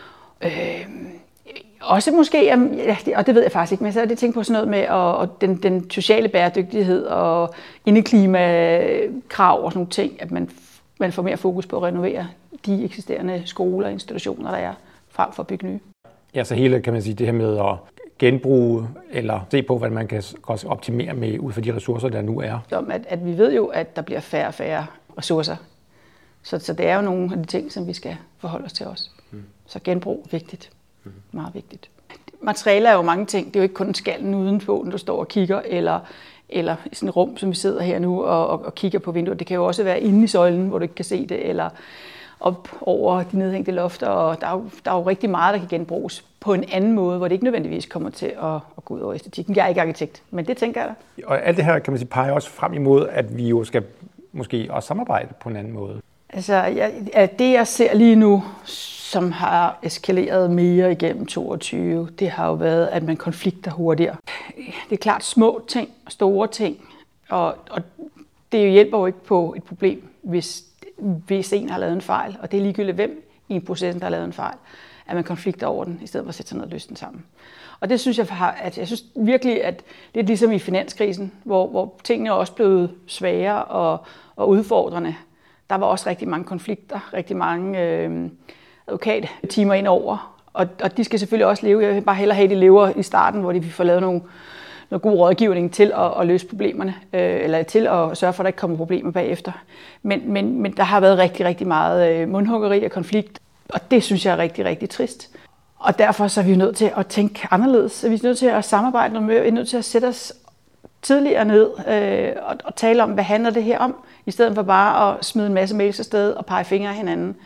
øh, også måske, og det ved jeg faktisk ikke, men så er det tænkt på sådan noget med og, og den, den sociale bæredygtighed og indeklimakrav og sådan nogle ting, at man, man får mere fokus på at renovere de eksisterende skoler og institutioner, der er, frem for at bygge nye. Ja, så hele, kan man sige, det her med at genbruge eller se på, hvad man kan også optimere med ud fra de ressourcer, der nu er. Som at, at vi ved jo, at der bliver færre og færre ressourcer. Så, så det er jo nogle af de ting, som vi skal forholde os til også. Mm. Så genbrug er vigtigt. Mm. Meget vigtigt. Materialer er jo mange ting. Det er jo ikke kun skallen udenpå, når du står og kigger, eller, eller i sådan et rum, som vi sidder her nu og, og, og kigger på vinduet. Det kan jo også være inde i søjlen, hvor du ikke kan se det, eller op over de nedhængte lofter. Og der er, jo, der er jo rigtig meget, der kan genbruges på en anden måde, hvor det ikke nødvendigvis kommer til at, at gå ud over æstetikken. Jeg er ikke arkitekt, men det tænker jeg da. Og alt det her, kan man sige, peger også frem imod, at vi jo skal måske også samarbejde på en anden måde. Altså, jeg, det jeg ser lige nu, som har eskaleret mere igennem toogtyve, det har jo været, at man konflikter hurtigere. Det er klart små ting og store ting, og, og det hjælper jo ikke på et problem, hvis, hvis en har lavet en fejl, og det er ligegyldigt hvem i en proces, der har lavet en fejl, at man konflikter over den, i stedet for at sætte sig ned og løse den sammen. Og det synes jeg, at jeg synes virkelig, at det er ligesom i finanskrisen, hvor, hvor tingene er også blevet svære og, og udfordrende. Der var også rigtig mange konflikter, rigtig mange øh, advokattimer ind over, og, og de skal selvfølgelig også leve. Jeg vil bare hellere have, at de lever i starten, hvor de får lavet nogle, noget god rådgivning til at, at løse problemerne, øh, eller til at sørge for, at der ikke kommer problemer bagefter. Men, men, men der har været rigtig, rigtig meget øh, mundhuggeri og konflikt, og det synes jeg er rigtig, rigtig trist. Og derfor så er vi nødt til at tænke anderledes. Vi er nødt til at samarbejde noget mere. Vi er nødt til at sætte os tidligere ned øh, og, og tale om, hvad handler det her om, i stedet for bare at smide en masse mails afsted og pege fingre af hinanden.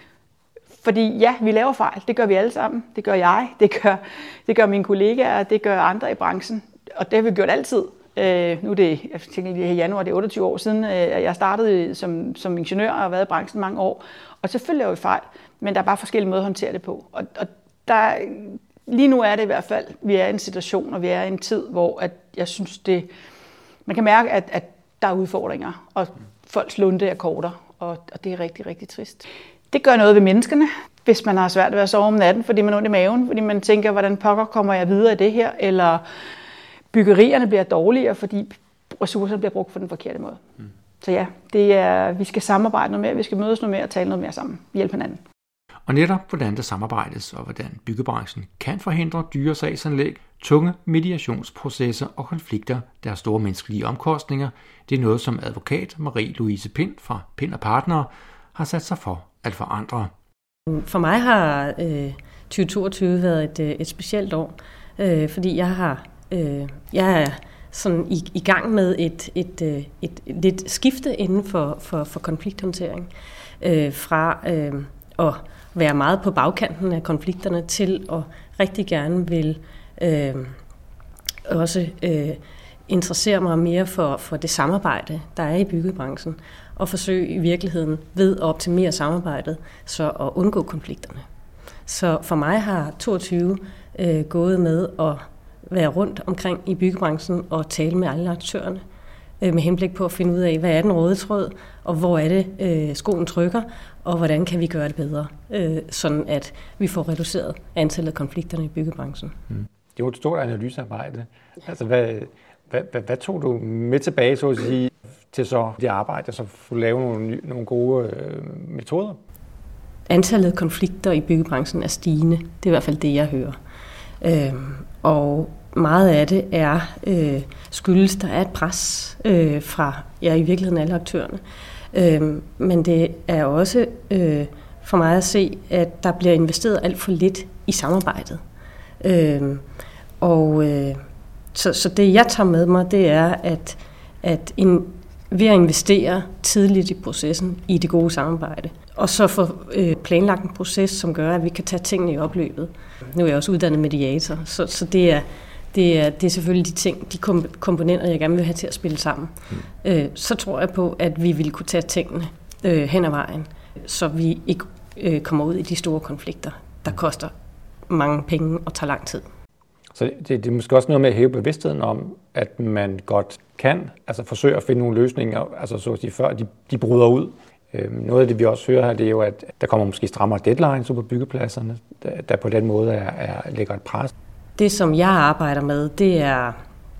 Fordi ja, vi laver fejl. Det gør vi alle sammen. Det gør jeg. Det gør, det gør mine kollegaer. Det gør andre i branchen. Og det har vi gjort altid. Øh, nu er det, jeg tænker lige i januar, det er otteogtyve år siden, øh, jeg startede som, som ingeniør og har været i branchen mange år. Og selvfølgelig laver vi fejl, men der er bare forskellige måder at håndtere det på. Og, og der, lige nu er det i hvert fald, vi er i en situation, og vi er i en tid, hvor at jeg synes, det, man kan mærke, at, at der er udfordringer, og folks lunte er kortere, og, og det er rigtig, rigtig trist. Det gør noget ved menneskerne, hvis man har svært ved at sove om natten, fordi man har ondt i maven, fordi man tænker, hvordan pokker kommer jeg videre i det her, eller byggerierne bliver dårligere, fordi ressourcerne bliver brugt på den forkerte måde. Mm. Så ja, det er, vi skal samarbejde noget mere, vi skal mødes noget mere og tale noget mere sammen, hjælpe hinanden. Og netop hvordan der samarbejdes og hvordan byggebranchen kan forhindre dyre sagsanlæg, tunge mediationsprocesser og konflikter, der har store menneskelige omkostninger, det er noget, som advokat Marie-Louise Pind fra Pind og Partnere har sat sig for at forandre. For mig har øh, tyve toogtyve været et, et specielt år, øh, fordi jeg har øh, jeg er sådan i, i gang med et, et, et, et, et lidt skifte inden for, for, for konflikthåndtering øh, fra øh, at være meget på bagkanten af konflikterne til at rigtig gerne vil øh, også øh, interessere mig mere for, for det samarbejde, der er i byggebranchen, og forsøge i virkeligheden ved at optimere samarbejdet, så at undgå konflikterne. Så for mig har toogtyve øh, gået med at være rundt omkring i byggebranchen og tale med alle aktørerne, øh, med henblik på at finde ud af, hvad er den røde tråd, og hvor er det øh, skoen trykker, og hvordan kan vi gøre det bedre, øh, sådan at vi får reduceret antallet af konflikterne i byggebranchen. Mm. Det er jo et stort analysearbejde. Altså, hvad, hvad, hvad, hvad tog du med tilbage, så at sige, til så det arbejde, så få lave nogle, nogle gode øh, metoder? Antallet af konflikter i byggebranchen er stigende. Det er i hvert fald det, jeg hører. Øh, og meget af det er øh, skyldes, der er et pres øh, fra ja, i virkeligheden alle aktørerne. Øh, men det er også øh, for mig at se, at der bliver investeret alt for lidt i samarbejdet. Øh, og øh, så, så det jeg tager med mig, det er, at, at en, ved at investere tidligt i processen, i det gode samarbejde, og så få øh, planlagt en proces, som gør, at vi kan tage tingene i opløbet. Nu er jeg også uddannet mediator, så, så det er Det er, det er selvfølgelig de ting, de komponenter, jeg gerne vil have til at spille sammen. Mm. Øh, så tror jeg på, at vi vil kunne tage tingene øh, hen ad vejen, så vi ikke øh, kommer ud i de store konflikter, der koster mange penge og tager lang tid. Så det, det er måske også noget med at hæve bevidstheden om, at man godt kan altså forsøge at finde nogle løsninger, altså så at sige, før de, de bryder ud. Øhm, noget af det, vi også hører her, det er jo, at der kommer måske strammere deadlines på byggepladserne, der, der på den måde er, er, lægger et pres. Det, som jeg arbejder med, det er,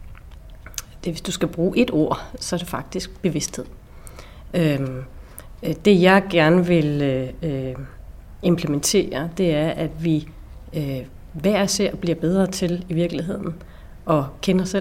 det, hvis du skal bruge et ord, så er det faktisk bevidsthed. Øhm, det, jeg gerne vil øh, implementere, det er, at vi øh, hver især bliver bedre til i virkeligheden at kende os selv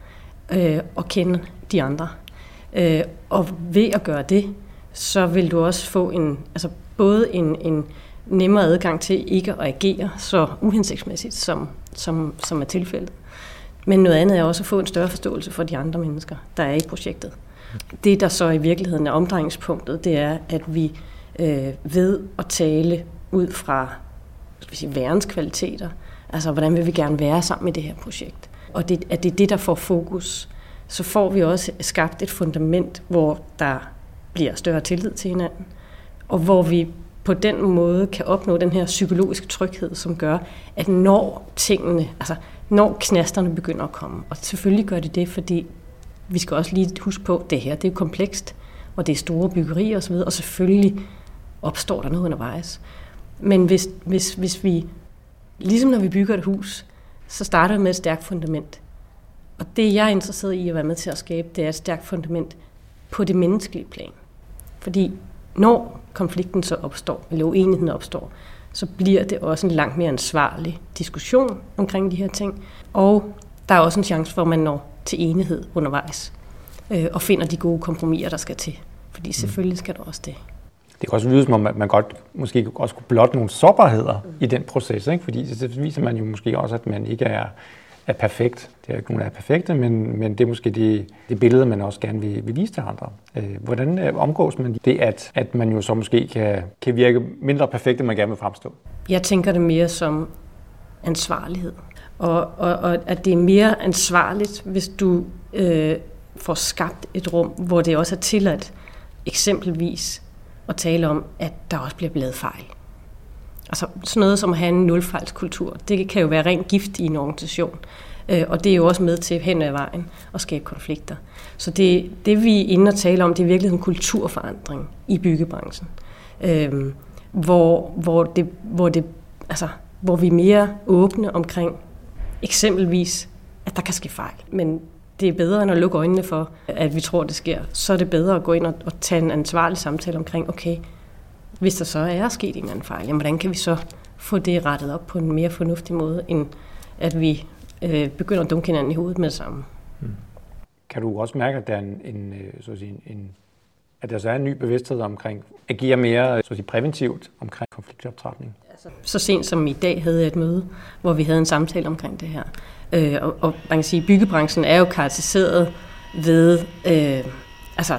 øh, og kende de andre. Øh, og ved at gøre det, så vil du også få en, altså både en, en nemmere adgang til ikke at agere så uhensigtsmæssigt, som, som, som er tilfældet. Men noget andet er også at få en større forståelse for de andre mennesker, der er i projektet. Det, der så i virkeligheden er omdrejningspunktet, det er, at vi øh, ved at tale ud fra skal vi sige, værens kvaliteter, altså hvordan vil vi gerne være sammen med det her projekt. Og det, at det er det, der får fokus, så får vi også skabt et fundament, hvor der bliver større tillid til hinanden, og hvor vi på den måde kan opnå den her psykologiske tryghed, som gør, at når tingene, altså når knasterne begynder at komme, og selvfølgelig gør de det, fordi vi skal også lige huske på, at det her det er jo komplekst, og det er store byggerier osv., og selvfølgelig opstår der noget undervejs. Men hvis, hvis, hvis vi, ligesom når vi bygger et hus, så starter vi med et stærkt fundament. Og det, jeg er interesseret i at være med til at skabe, det er et stærkt fundament på det menneskelige plan. Fordi når konflikten så opstår, eller uenigheden opstår, så bliver det også en langt mere ansvarlig diskussion omkring de her ting. Og der er også en chance for, at man når til enighed undervejs, øh, og finder de gode kompromiser, der skal til. Fordi selvfølgelig skal der også det. Det kan også lyde som om, at man godt måske også kunne blotte nogle sårbarheder mm. i den proces, ikke? Fordi så viser man jo måske også, at man ikke er, er perfekt. Det er ikke nogen, der er perfekte, men, men det er måske det, det billede, man også gerne vil, vil vise til andre. Øh, hvordan øh, omgås man det, at, at man jo så måske kan, kan virke mindre perfekt, end man gerne vil fremstå? Jeg tænker det mere som ansvarlighed. Og, og, og at det er mere ansvarligt, hvis du øh, får skabt et rum, hvor det også er tilladt eksempelvis at tale om, at der også bliver lavet fejl. Altså sådan noget som at have en nulfejlskultur, det kan jo være rent gift i en organisation. Øh, og det er jo også med til hen ad vejen at skabe konflikter. Så det, det vi er inde og tale om, det er virkelig en kulturforandring i byggebranchen. Øh, hvor, hvor, det, hvor, det, altså, hvor vi er mere åbne omkring eksempelvis, at der kan ske fejl. Men det er bedre end at lukke øjnene for, at vi tror, det sker. Så er det bedre at gå ind og, og tage en ansvarlig samtale omkring, okay, hvis der så er sket en anden fejl, jamen, hvordan kan vi så få det rettet op på en mere fornuftig måde, end at vi øh, begynder at dunke hinanden i hovedet med det samme. Hmm. Kan du også mærke, at der er en, en, så at sige, en, at der så er en ny bevidsthed omkring at agere mere så at sige, præventivt omkring konfliktoptrapning? Så sent som i dag havde jeg et møde, hvor vi havde en samtale omkring det her. Øh, og, og man kan sige, at byggebranchen er jo karakteriseret ved, øh, altså,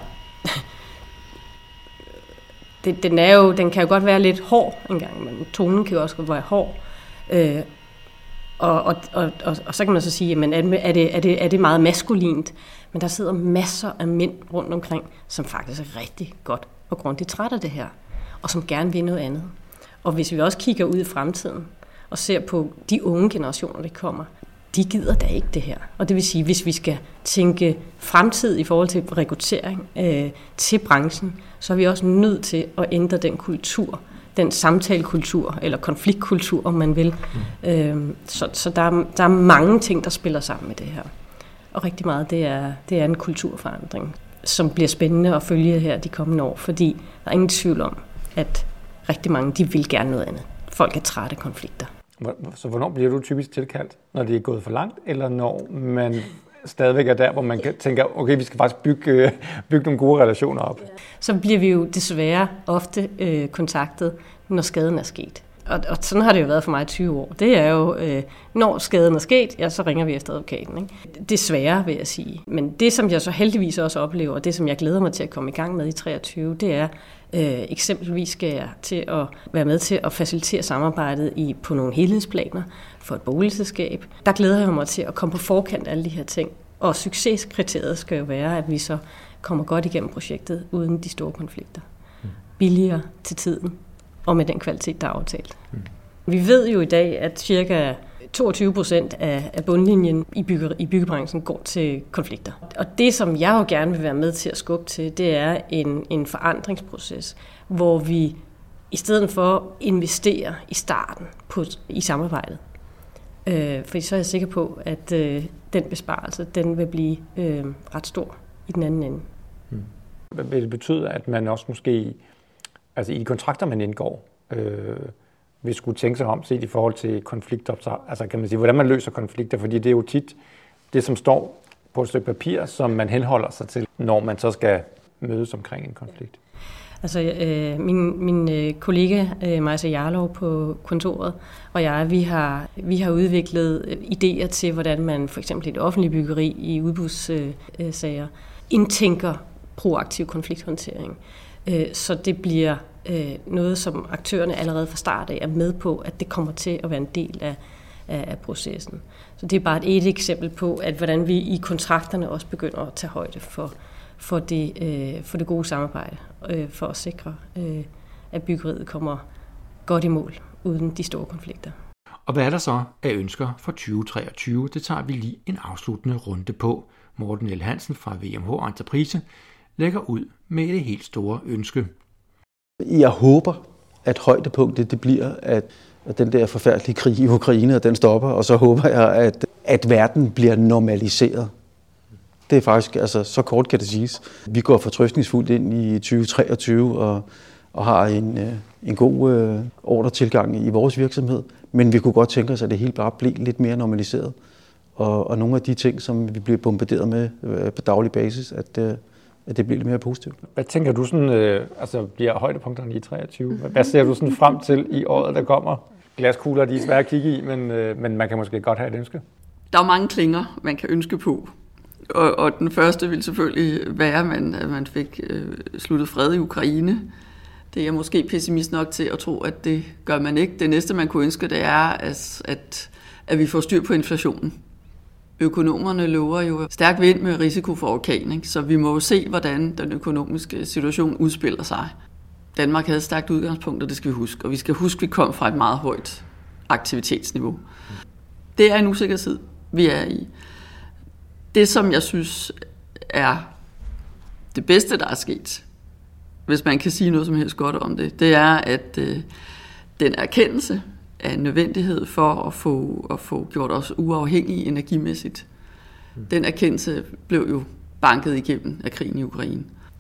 det, den, er jo, den kan jo godt være lidt hård en gang, men tonen kan jo også være hård. Øh, og, og, og, og, og så kan man så sige, men er det, er, det, er det meget maskulint? Men der sidder masser af mænd rundt omkring, som faktisk er rigtig godt og grundigt træt af det her, og som gerne vil noget andet. Og hvis vi også kigger ud i fremtiden og ser på de unge generationer, der kommer, de gider da ikke det her. Og det vil sige, hvis vi skal tænke fremtid i forhold til rekruttering øh, til branchen, så er vi også nødt til at ændre den kultur, den samtalekultur eller konfliktkultur, om man vil. Mm. Øh, så så der, er, der er mange ting, der spiller sammen med det her. Og rigtig meget, det er, det er en kulturforandring, som bliver spændende at følge her de kommende år, fordi der er ingen tvivl om, at rigtig mange, de vil gerne noget andet. Folk er trætte af konflikter. Så hvornår bliver du typisk tilkaldt? Når det er gået for langt, eller når man stadigvæk er der, hvor man tænker, okay, vi skal faktisk bygge, bygge nogle gode relationer op? Så bliver vi jo desværre ofte øh, kontaktet, når skaden er sket. Og, og sådan har det jo været for mig i tyve år. Det er jo, øh, når skaden er sket, ja, så ringer vi efter advokaten. Ikke? Desværre, vil jeg sige. Men det, som jeg så heldigvis også oplever, og det, som jeg glæder mig til at komme i gang med i treogtyve, det er, øh, eksempelvis skal jeg til at være med til at facilitere samarbejdet i, på nogle helhedsplaner for et boligselskab. Der glæder jeg mig til at komme på forkant af alle de her ting. Og succeskriteriet skal jo være, at vi så kommer godt igennem projektet uden de store konflikter. Billigere til tiden. Og med den kvalitet, der er aftalt. Mm. Vi ved jo i dag, at cirka toogtyve procent af, af bundlinjen i, bygge, i byggebranchen går til konflikter. Og det, som jeg jo gerne vil være med til at skubbe til, det er en, en forandringsproces, hvor vi i stedet for investerer i starten på, i samarbejdet. Øh, fordi så er jeg sikker på, at øh, den besparelse, den vil blive øh, ret stor i den anden ende. Hmm. Vil det betyde, at man også måske, altså i de kontrakter, man indgår, øh, vil skulle tænke sig om, set i forhold til konflikter, altså kan man sige, hvordan man løser konflikter, fordi det er jo tit det, som står på et stykke papir, som man henholder sig til, når man så skal mødes omkring en konflikt. Altså øh, min, min øh, kollega øh, Majsa Jarlov på kontoret og jeg, vi har, vi har udviklet øh, idéer til, hvordan man for eksempel i det offentlige byggeri i udbudssager øh, indtænker proaktiv konflikthåndtering. Øh, så det bliver øh, noget, som aktørerne allerede fra start af er med på, at det kommer til at være en del af, af, af processen. Så det er bare et, et eksempel på, at hvordan vi i kontrakterne også begynder at tage højde for for det, øh, for det gode samarbejde, øh, for at sikre, øh, at byggeriet kommer godt i mål, uden de store konflikter. Og hvad er der så af ønsker for tyve treogtyve? Det tager vi lige en afsluttende runde på. Morten L. Hansen fra V M H Entreprise lægger ud med det helt store ønske. Jeg håber, at højdepunktet det bliver, at, at den der forfærdelige krig i Ukraine, at den stopper, og så håber jeg, at, at verden bliver normaliseret. Det er faktisk, altså så kort kan det siges. Vi går fortrøstningsfuldt ind i tyve treogtyve og, og har en, en god øh, ordretilgang i vores virksomhed, men vi kunne godt tænke os, at det hele bare blev lidt mere normaliseret. Og, og nogle af de ting, som vi bliver bombarderet med øh, på daglig basis, at, øh, at det bliver lidt mere positivt. Hvad tænker du sådan, øh, altså bliver højdepunkterne i treogtyve? Hvad ser du sådan frem til i året, der kommer? Glaskugler, de er svære at kigge i, men, øh, men man kan måske godt have et ønske. Der er mange klinger, man kan ønske på. Og, og den første vil selvfølgelig være, at man, at man fik øh, sluttet fred i Ukraine. Det er jeg måske pessimist nok til at tro, at det gør man ikke. Det næste, man kunne ønske, det er, at, at, at vi får styr på inflationen. Økonomerne lover jo stærk vind med risiko for orkan, ikke? Så vi må jo se, hvordan den økonomiske situation udspiller sig. Danmark havde et stærkt udgangspunkt, og det skal vi huske. Og vi skal huske, at vi kom fra et meget højt aktivitetsniveau. Det er en usikker tid, vi er i. Det, som jeg synes er det bedste, der er sket, hvis man kan sige noget som helst godt om det, det er, at øh, den erkendelse af nødvendighed for at få, at få gjort os uafhængige energimæssigt, mm. den erkendelse blev jo banket igennem af krigen i Ukraine.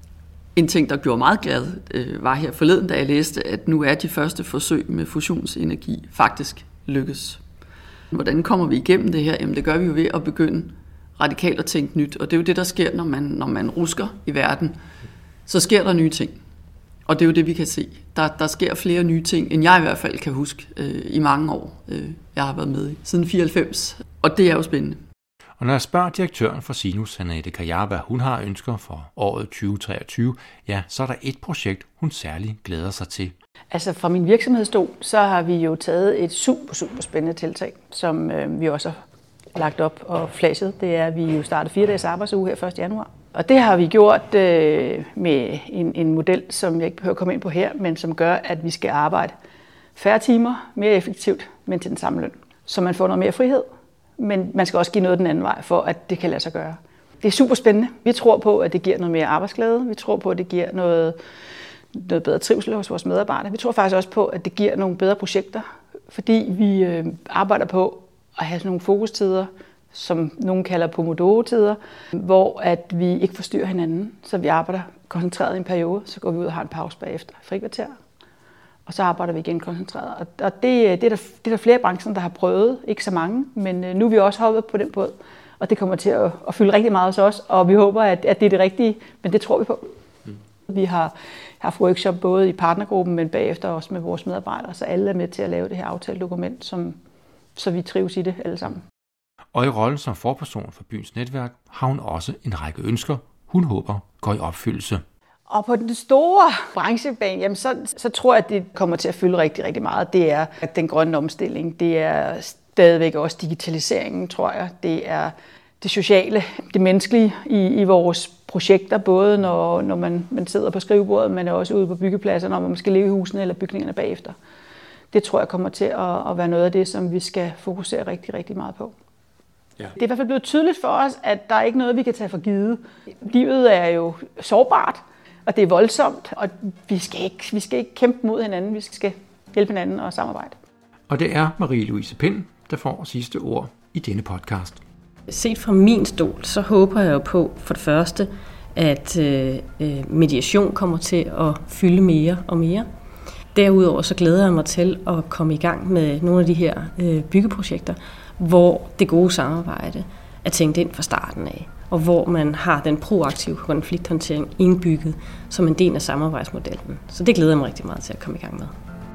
En ting, der gjorde meget glad, øh, var her forleden, da jeg læste, at nu er de første forsøg med fusionsenergi faktisk lykkes. Hvordan kommer vi igennem det her? Jamen, det gør vi jo ved at begynde radikalt at tænke nyt, og det er jo det, der sker, når man, når man rusker i verden. Så sker der nye ting, og det er jo det, vi kan se. Der, der sker flere nye ting, end jeg i hvert fald kan huske øh, i mange år, øh, jeg har været med i, siden fireoghalvfems, og det er jo spændende. Og når jeg spørger direktøren for Sinus, Annette Kajar, hvad hun har ønsker for året tyve treogtyve, ja, så er der et projekt, hun særligt glæder sig til. Altså fra min virksomhedsstol, så har vi jo taget et super, super spændende tiltag, som øh, vi også har lagt op og flashet. Det er, at vi jo startede fire dages arbejdsuge her første januar. Og det har vi gjort øh, med en, en model, som jeg ikke behøver at komme ind på her, men som gør, at vi skal arbejde færre timer, mere effektivt, men til den samme løn. Så man får noget mere frihed, men man skal også give noget den anden vej, for at det kan lade sig gøre. Det er super spændende. Vi tror på, at det giver noget mere arbejdsglæde. Vi tror på, at det giver noget, noget bedre trivsel hos vores medarbejdere. Vi tror faktisk også på, at det giver nogle bedre projekter, fordi vi øh, arbejder på at have sådan nogle fokustider, som nogen kalder Pomodoro-tider, hvor at vi ikke forstyrrer hinanden, så vi arbejder koncentreret i en periode, så går vi ud og har en pause bagefter, frikvarter, og så arbejder vi igen koncentreret. Og det, det, er der, det er der flere brancher, der har prøvet, ikke så mange, men nu er vi også hoppet på den båd, og det kommer til at, at fylde rigtig meget hos os, og vi håber, at, at det er det rigtige, men det tror vi på. Mm. Vi har haft workshop både i partnergruppen, men bagefter også med vores medarbejdere, så alle er med til at lave det her aftaledokument, som, så vi trives i det alle sammen. Og i rollen som forperson for byens netværk har hun også en række ønsker, hun håber går i opfyldelse. Og på den store branchebane, jamen så, så tror jeg, at det kommer til at fylde rigtig, rigtig meget. Det er den grønne omstilling, det er stadigvæk også digitaliseringen, tror jeg. Det er det sociale, det menneskelige i, i vores projekter, både når, når man, man sidder på skrivebordet, men også ude på byggepladser, når man skal leve i husene eller bygningerne bagefter. Det tror jeg kommer til at, at være noget af det, som vi skal fokusere rigtig, rigtig meget på. Ja. Det er i hvert fald blevet tydeligt for os, at der er ikke noget, vi kan tage for givet. Livet er jo sårbart, og det er voldsomt, og vi skal ikke, vi skal ikke kæmpe mod hinanden, vi skal hjælpe hinanden og samarbejde. Og det er Marie-Louise Pind, der får sidste ord i denne podcast. Set fra min stol, så håber jeg jo på for det første, at øh, mediation kommer til at fylde mere og mere. Derudover så glæder jeg mig til at komme i gang med nogle af de her øh, byggeprojekter, hvor det gode samarbejde er tænkt ind fra starten af, og hvor man har den proaktive konflikthåndtering indbygget som en del af samarbejdsmodellen. Så det glæder jeg mig rigtig meget til at komme i gang med.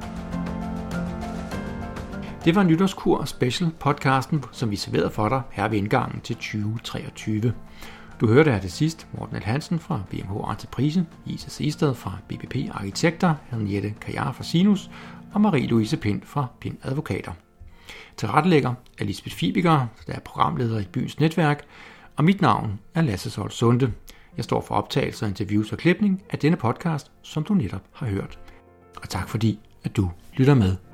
Det var Nytårskur Special podcasten, som vi serverede for dig her ved indgangen til tyve treogtyve. Du hørte her til sidst Morten L. Hansen fra B M H Entreprise, Isa Seested fra B B P Arkitekter, Henriette Kajar fra Sinus og Marie-Louise Pind fra Pind Advokater. Tilrettelægger er Lisbeth Fibiger, der er programleder i Byens Netværk, og mit navn er Lasse Solt Sunde. Jeg står for optagelser, interviews og klipning af denne podcast, som du netop har hørt. Og tak fordi, at du lytter med.